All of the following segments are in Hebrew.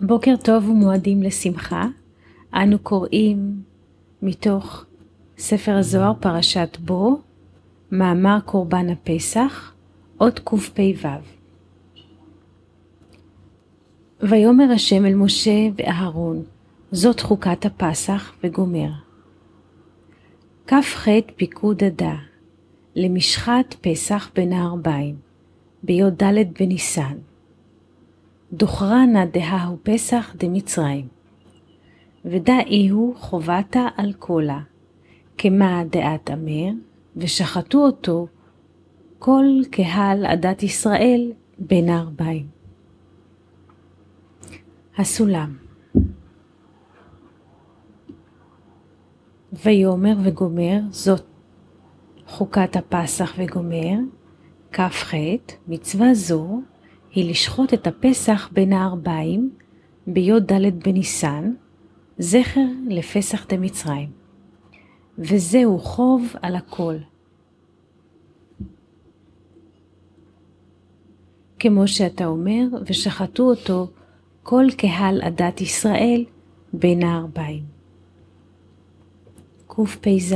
בוקר טוב ומועדים לשמחה. אנו קוראים מתוך ספר הזוהר פרשת בו, מאמר קורבן הפסח, אות קפ"ו. ויאמר השם אל משה ואהרון, זאת חוקת הפסח וגומר. כ"ח פיקוד עדה, למשחת פסח בין הערביים, בי"ד בניסן. דוכרנה דההו פסח דמצרים. ודאיהו חובתה על קולה, כמה דעת אמר, ושחטו אותו כל קהל עדת ישראל בין הערביים. הסולם. ויאמר וגומר, זאת חוקת הפסח וגומר. כ"ח, מצווה זו היא לשחוט את הפסח בין הערביים בי"ד בניסן, זכר לפסח דמצרים. וזהו חוב על הכל. כמו שאתה אומר, ושחטו אותו כל קהל עדת ישראל בין הערביים. קפ"ז.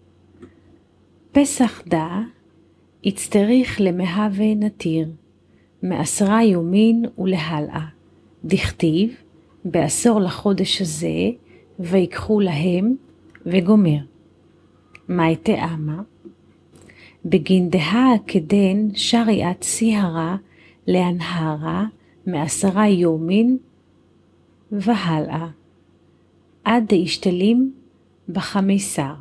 פסח דה יצטריך למהווה נתיר, מ10 יומין ולהלאה. דכתיב, בעשור לחודש הזה, ויקחו להם וגומר. מאי תאמה? בגין דהה כדן שריעת סיהרה להנהרה מ10 יומין והלאה, עד דאשתלים ב15.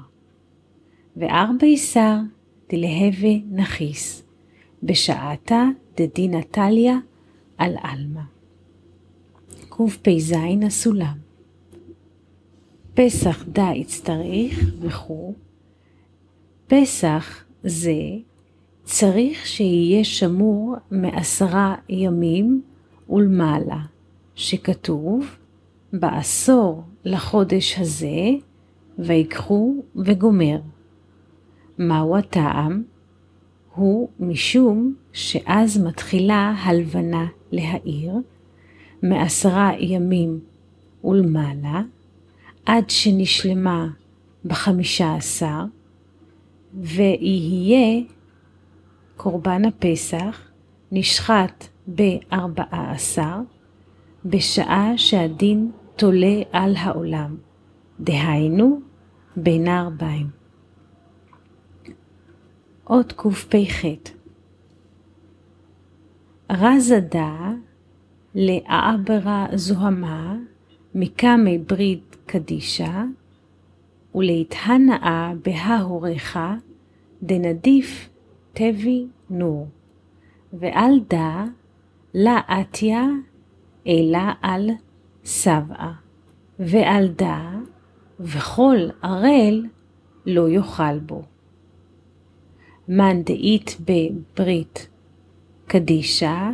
ו14 דלהווה נכיס, בשעתה דדין טליה על אלמה. קפ"ז הסולם. פסח דה יצטריך וכו'. פסח זה צריך שיהיה שמור מ10 ימים ולמעלה, שכתוב בעשור לחודש הזה ויקחו וגומר. מהו הטעם? הוא משום שאז מתחילה הלבנה להאיר מ10 ימים ולמעלה, עד שנשלמה ב15, ויהיה קורבן הפסח נשחט ב14, בשעה שהדין תולה על העולם, דהיינו בין הערביים. אות קפ"ח. רזדה לעברה זוהמה מקמי ברית קדישה, ולהתהנאה בההוריך דנדיף תבי נור, ואל דה לה עתיה אלא על סבעה, ואל דה וכל ערל לא יאכל בו. מן דאית בברית קדישה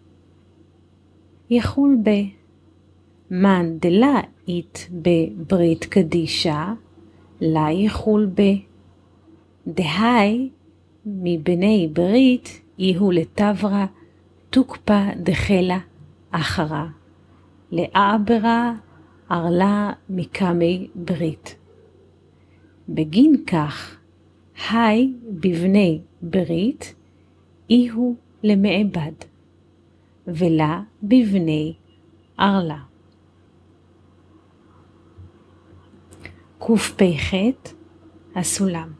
יחול ב. מן דלה אית בברית קדישה לה יחול ב. דהי מבני ברית יהו לתברה תוקפה דחלה אחרה, לעברה ערלה מקמי ברית. בגין כך, היי בבני ברית יהו למעבד, ולה בבני ערלה. קפ"ח הסולם.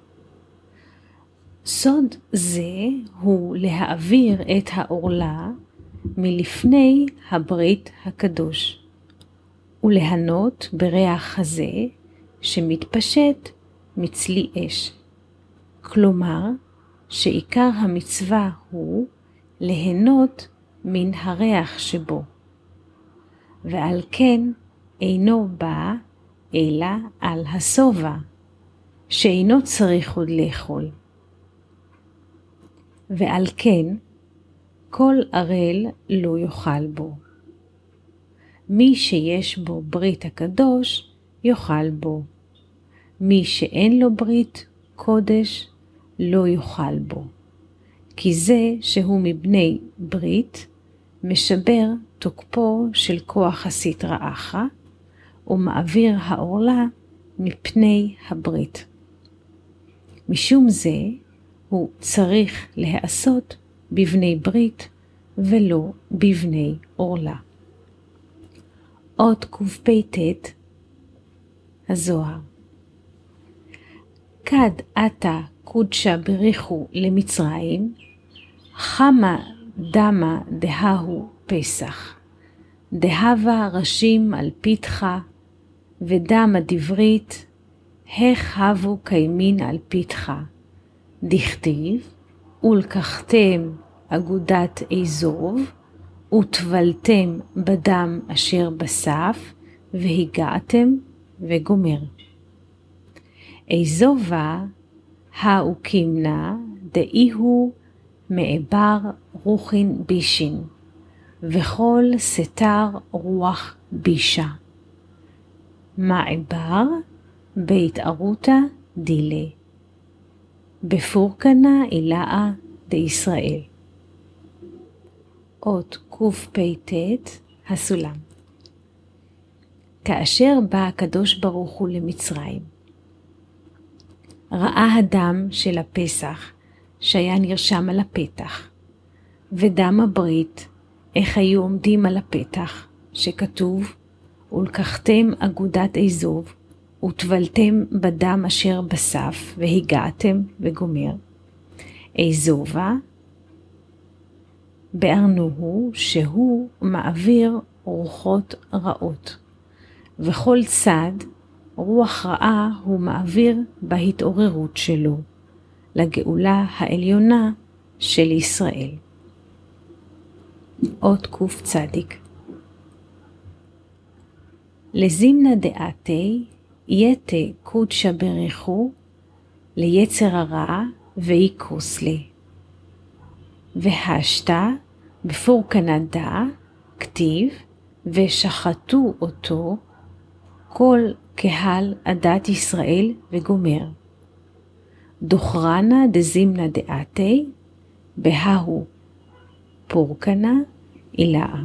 סוד זה הוא להעביר את העורלה מלפני הברית הקדוש, ולהנות בריח הזה שמתפשט מצלי אש. כלומר, שעיקר המצווה הוא ליהנות מן הריח שבו, ועל כן אינו בא אלא על הסובה, שאינו צריך עוד לאכול. ועל כן כל ערל לא יאכל בו. מי שיש בו ברית הקדוש יאכל בו. מי שאין לו ברית קודש לא יאכל בו. כי זה שהוא מבני ברית משבר תוקפו של כוח הסטרא אחרא, ומעביר העורלה מפני הברית. משום זה הוא צריך להיעשות בבני ברית ולא בבני עורלה. אות קפ"ט הזוהר. כד עתה קודשה בריחו למצרים, חמה דמה דההו פסח, דהבה ראשים על פיתחה, ודמה דברית, איך הבו קיימין על פיתחה, דכתיב, ולקחתם אגודת אזוב, וטבלתם בדם אשר בסף, והגעתם וגומר. אזובה האוקימנה דאיהו מעבר רוחין בישין, וכל סתר רוח בישה. מעבר בית ארותה דילה, בפורקנה אילאה דישראל. אות קפ"ט הסולם. כאשר בא הקדוש ברוך הוא למצרים, ראה הדם של הפסח שהיה נרשם על הפתח, ודם הברית, איך היו עומדים על הפתח, שכתוב, ולקחתם אגודת אזוב, וטבלתם בדם אשר בסף, והגעתם וגומר. אזובה, בארנוהו שהוא מעביר רוחות רעות, וכל צד רוח רעה הוא מעביר בהתעוררות שלו, לגאולה העליונה של ישראל. אות קצ. לזימנה דעתי יתה קודשה בריחו ליצר הרע ויקוס לי. והשתה בפורקנה דא כתיב ושחטו אותו כל קהל עדת ישראל וגומר. דוכרנה דזימנה דעתי בההו פורקנה אילאה.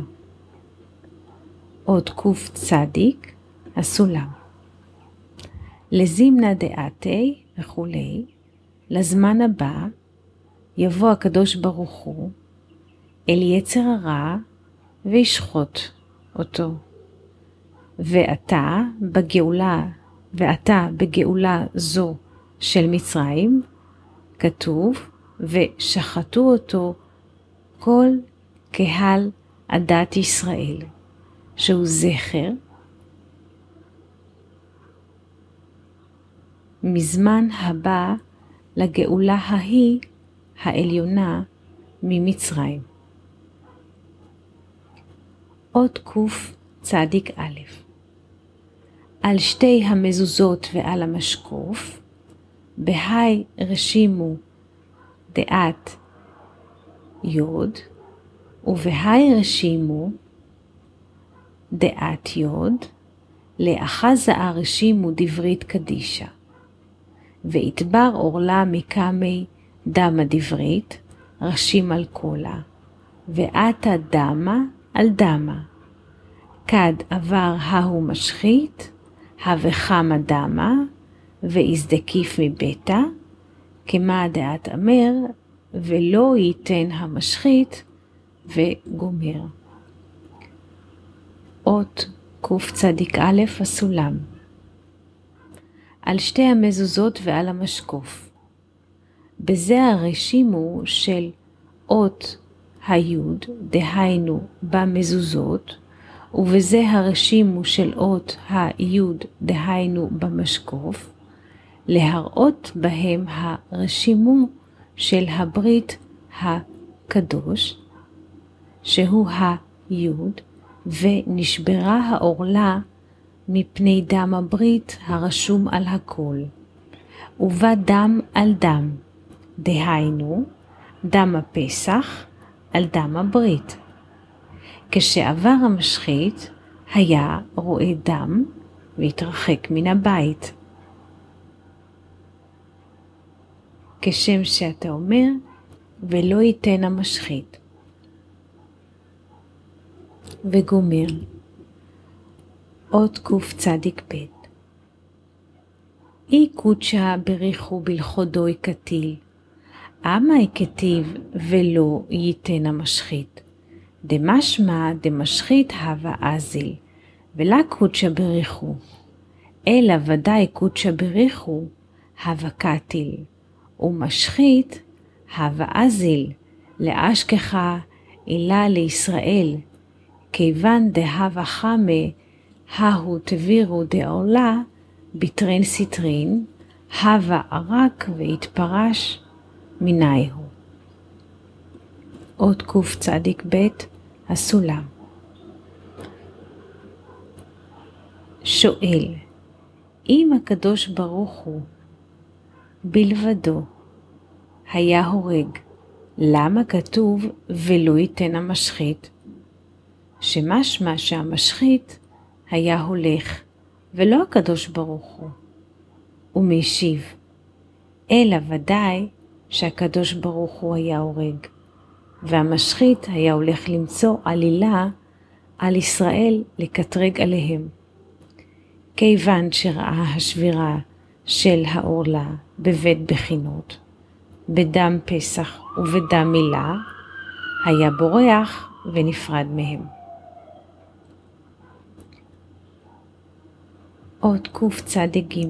אות קצ. הסולם. לזימנה דעתי וכולי, לזמן הבא יבוא הקדוש ברוך הוא אל יצר הרע וישחוט אותו. ואתה בגאולה זו של מצרים, כתוב, ושחטו אותו כל קהל עדת ישראל, שהוא זכר מזמן הבא לגאולה ההיא העליונה ממצרים. אות קצ. על שתי המזוזות ועל המשקוף, בהי רשימו דעת יוד, ובהי רשימו דעת יוד, לאחזה רשימו דברית קדישה. ויתבר אורלה מקמי דמה דברית, רשים על קולה, ועתה דמה על דמה. כד עבר ההוא משחית, וחמה דמה, ואיזדקיף מביתה, כמה דעת אמר, ולא ייתן המשחית, וגומר. אות קצ. הסולם. על שתי המזוזות ועל המשקוף. בזה הרשימו של אות היוד, דהיינו במזוזות, ובזה הרשימו של אות היוד, דהיינו במשקוף, להראות בהם הרשימו של הברית הקדוש, שהוא היוד, ונשברה העורלה מפני דם הברית הרשום על הכל, ובא דם על דם, דהיינו דם הפסח על דם הברית. כשעבר המשחית היה רואה דם והתרחק מן הבית. כשם שאתה אומר, ולא ייתן המשחית. וגומר. אות קצ"ב. אי קודשה בריחו בלכודוי קטיל, אמה הכתיב ולא ייתן המשחית. דמשמע דמשחית הווה אזיל, ולה קודשה בריחו, אלא ודאי קודשה בריחו הווה קטיל, ומשחית הווה אזיל, לאשכחה אילה לישראל, כיוון דהווה חמה, ההו תבירו דעולה, ביטרן סיטרין, הווה ערק והתפרש מנייהו. אות קצ"ב, הסולם. שואל, אם הקדוש ברוך הוא בלבדו היה הורג, למה כתוב ולא ייתן המשחית? שמשמע שהמשחית היה הולך, ולא הקדוש ברוך הוא. ומשיב, אלא ודאי שהקדוש ברוך הוא היה הורג, והמשחית היה הולך למצוא עלילה על ישראל לקטרג עליהם. כיוון שראה השבירה של העורלה בבית בחינות, בדם פסח ובדם מילה, היה בורח ונפרד מהם. אות קצ"ג.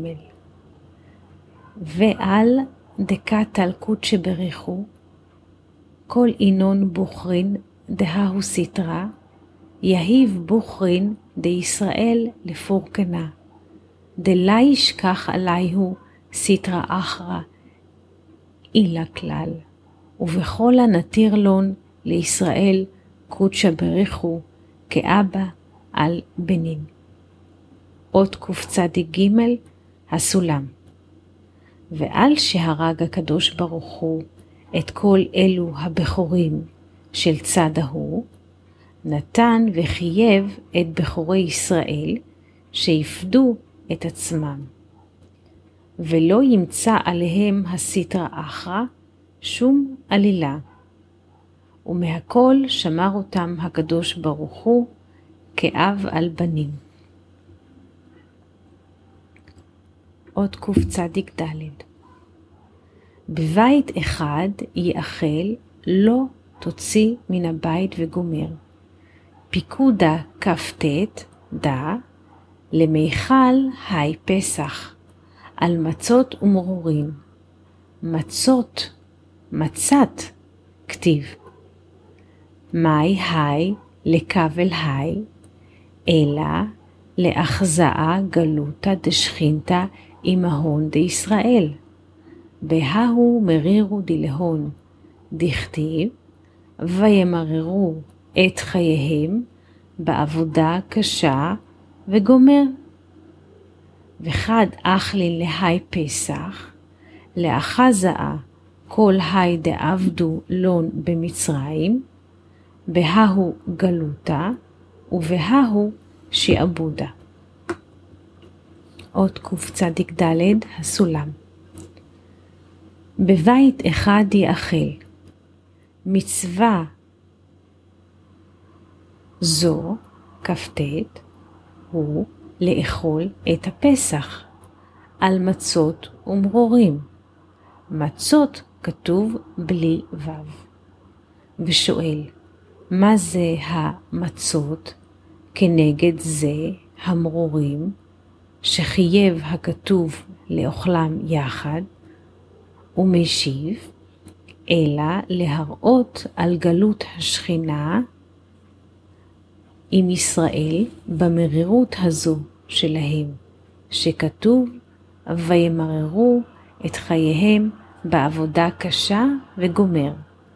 ועל דקת על קודשא בריחו, כל אינון בוחרין דההו סיטרא, יהיב בוחרין דישראל לפורקנה, דלה ישכח עליהו סיטרא אחרא אילה כלל, ובכל הנתיר לון לישראל קודשא בריחו כאבא על בנין. אות קצ"ג, הסולם. ועל שהרג הקדוש ברוך הוא את כל אלו הבכורים של צד ההוא, נתן וחייב את בכורי ישראל שיפדו את עצמם, ולא ימצא עליהם הסיטרא אחרא שום עלילה, ומהכל שמר אותם הקדוש ברוך הוא כאב על בנים. אות קצ"ד. בבית אחד יאכל לא תוציא מן הבית וגומר. פיקודה כ"ט דא למיכל היי פסח על מצות ומרורים. מצות, מצת כתיב. מאי היי לקבל היי, אלא לאחזאה גלותה דשכינתה אימהון דישראל. בההו מרירו דילהון, דכתיב, וימררו את חייהם בעבודה קשה וגומר. וחד אכלין להי פסח, לאחזאה כל היי דעבדו לון במצרים, בההו גלותה ובההו שעבודה. אות קצ"ד, הסולם. בבית אחד יאכל. מצווה זו, כ"ט, הוא לאכול את הפסח על מצות ומרורים. מצות כתוב בלי וו. ושואל, מה זה המצות כנגד זה המרורים שחייב הכתוב לאוכלם יחד? ומשיב, אלא להראות על גלות השכינה עם ישראל במרירות הזו שלהם, שכתוב וימררו את חייהם בעבודה קשה וגומר.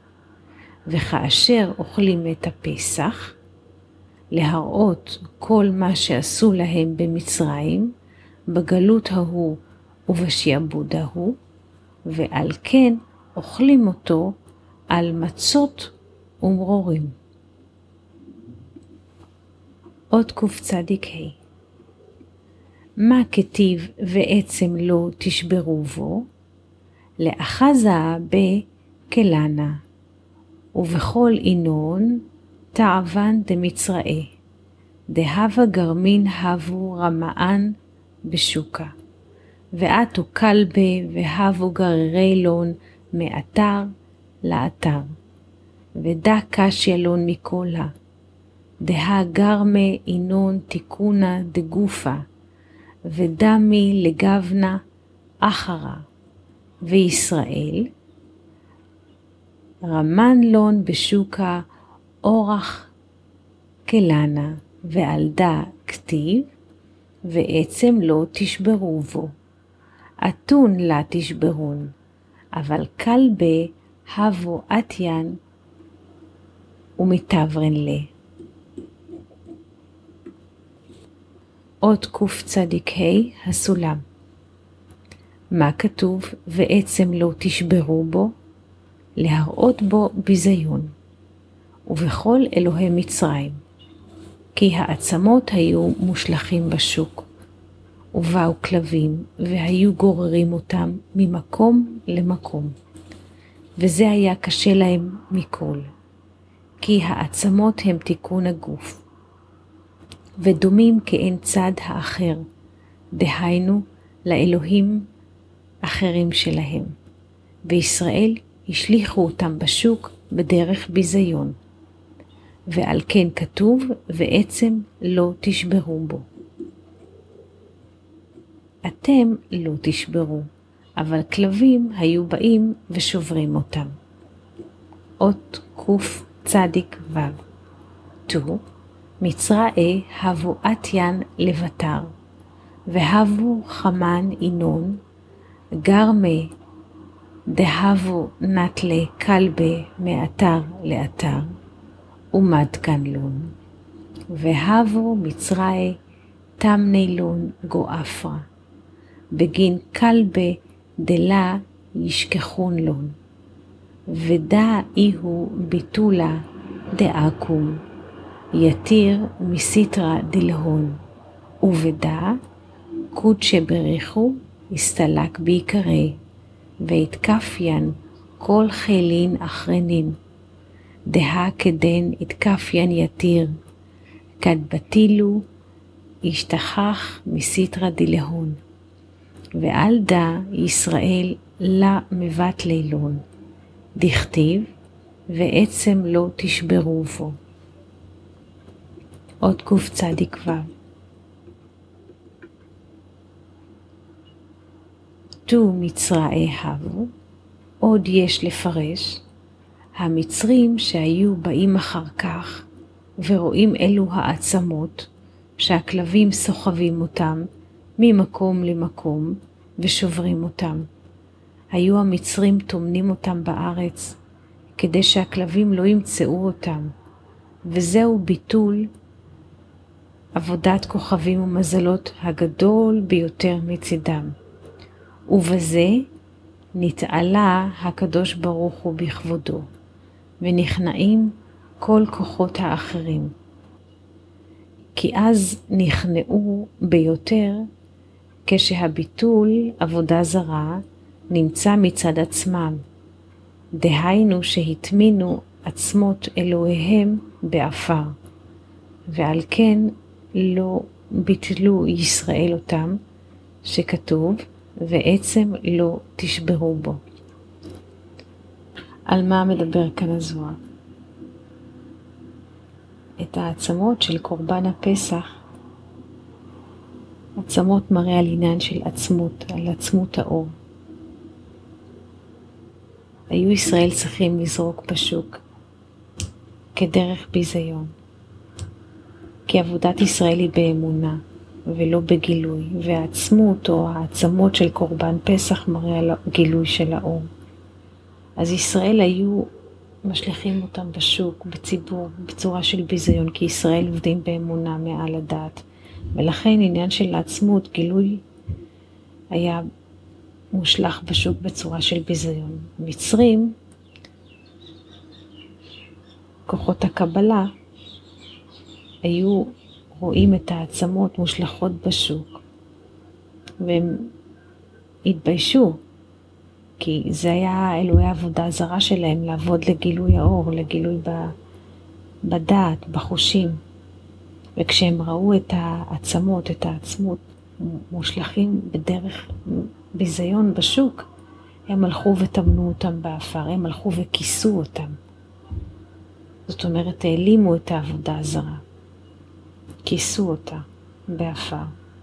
וכאשר אוכלים את הפסח, להראות כל מה שעשו להם במצרים, בגלות ההוא ובשעבוד ההוא, ועל כן אוכלים אותו על מצות ומרורים. אות קצ"ה. מה כתיב ועצם לא תשברו בו? לאחזה בכלנה, ובכל אינון תעבן דמצראי, דהבה גרמין הבו רמאן בשוקה, ואתו כלבה והבו גררי לון מאתר לאתר, ודה קשיא לון מקולה, דה גרמה אינון תיקונה דגופה, ודמי לגבנה אחרה, וישראל רמן לון בשוקה אורח כלנה, ועל דה כתיב, ועצם לא תשברו בו. אתון לה תשברון, אבל כלבה הבו אתיין ומתברן לה. עוד קצ"ה הסולם. מה כתוב ועצם לא תשברו בו? להראות בו ביזיון, ובכל אלוהי מצרים, כי העצמות היו מושלכים בשוק, ובאו כלבים והיו גוררים אותם ממקום למקום, וזה היה קשה להם מכל, כי העצמות הם תיקון הגוף, ודומים כאין צד האחר, דהיינו לאלוהים אחרים שלהם, וישראל השליחו אותם בשוק בדרך ביזיון, ועל כן כתוב ועצם לא תשברו בו. אתם לא תשברו, אבל כלבים היו באים ושוברים אותם. אות קצ"ו. תו, מצראי הבו אתיין לבטר, והבו חמן אינון, גרמה דהבו נטלה כלבה מאתר לאתר, ומדקן לון, והבו מצראי תמני לון גואפרה, בגין כלבה דלה ישכחון לון, ודה איהו ביטולה דאקום, יתיר מסיטרה דלהון, ובדה קודשא בריחו הסתלק בעיקרי, והתקפיין כל חילין אחרנין, דה כדן התקפיין יתיר, כד בתילו השתכח מסיטרה דלהון, ועל דה ישראל לה מבט לילון, דכתיב ועצם לא תשברו בו. עוד קצ"ו. תו מצראי הבו, עוד יש לפרש, המצרים שהיו באים אחר כך, ורואים אלו העצמות, שהכלבים סוחבים אותם ממקום למקום, ושוברים אותם. היו המצרים טומנים אותם בארץ, כדי שהכלבים לא ימצאו אותם, וזהו ביטול עבודת כוכבים ומזלות הגדול ביותר מצידם. ובזה נתעלה הקדוש ברוך הוא בכבודו, ונכנעים כל כוחות האחרים. כי אז נכנעו ביותר כשהביטול עבודה זרה נמצא מצד עצמם, דהיינו שהטמינו עצמות אלוהיהם באפר, ועל כן לא ביטלו ישראל אותם, שכתוב ועצם לא תשברו בו. על מה מדבר כאן הזוהר? את העצמות של קורבן הפסח, עצמות מראה על עניין של עצמות, על עצמות האור. היו ישראל צריכים לזרוק בשוק כדרך ביזיון, כי עבודת ישראל היא באמונה ולא בגילוי, והעצמות או העצמות של קורבן פסח מראה על גילוי של האור. אז ישראל היו משליכים אותם בשוק, בציבור, בצורה של ביזיון, כי ישראל עובדים באמונה מעל הדעת, ולכן עניין של העצמות, גילוי, היה מושלך בשוק בצורה של ביזיון. מצרים, כוחות הקבלה, היו רואים את העצמות מושלכות בשוק, והם התביישו, כי זה היה אלוהי העבודה הזרה שלהם, לעבוד לגילוי האור, לגילוי בדעת, בחושים. וכשהם ראו את העצמות, את העצמות, מושלכים בדרך ביזיון בשוק, הם הלכו וטמנו אותם באפר, הם הלכו וכיסו אותם. זאת אומרת, העלימו את העבודה הזרה, כיסו אותה באפר.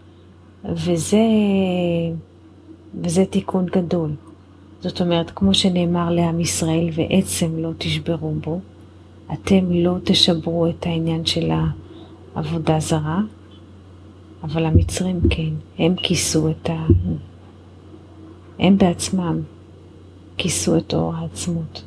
וזה תיקון גדול. זאת אומרת, כמו שנאמר לעם ישראל, ועצם לא תשברו בו, אתם לא תשברו את העניין של העבודה זרה, אבל המצרים כן, הם כיסו הם בעצמם כיסו את אור העצמות.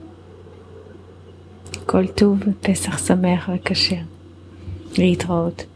כל טוב, פסח שמח וכשר. להתראות.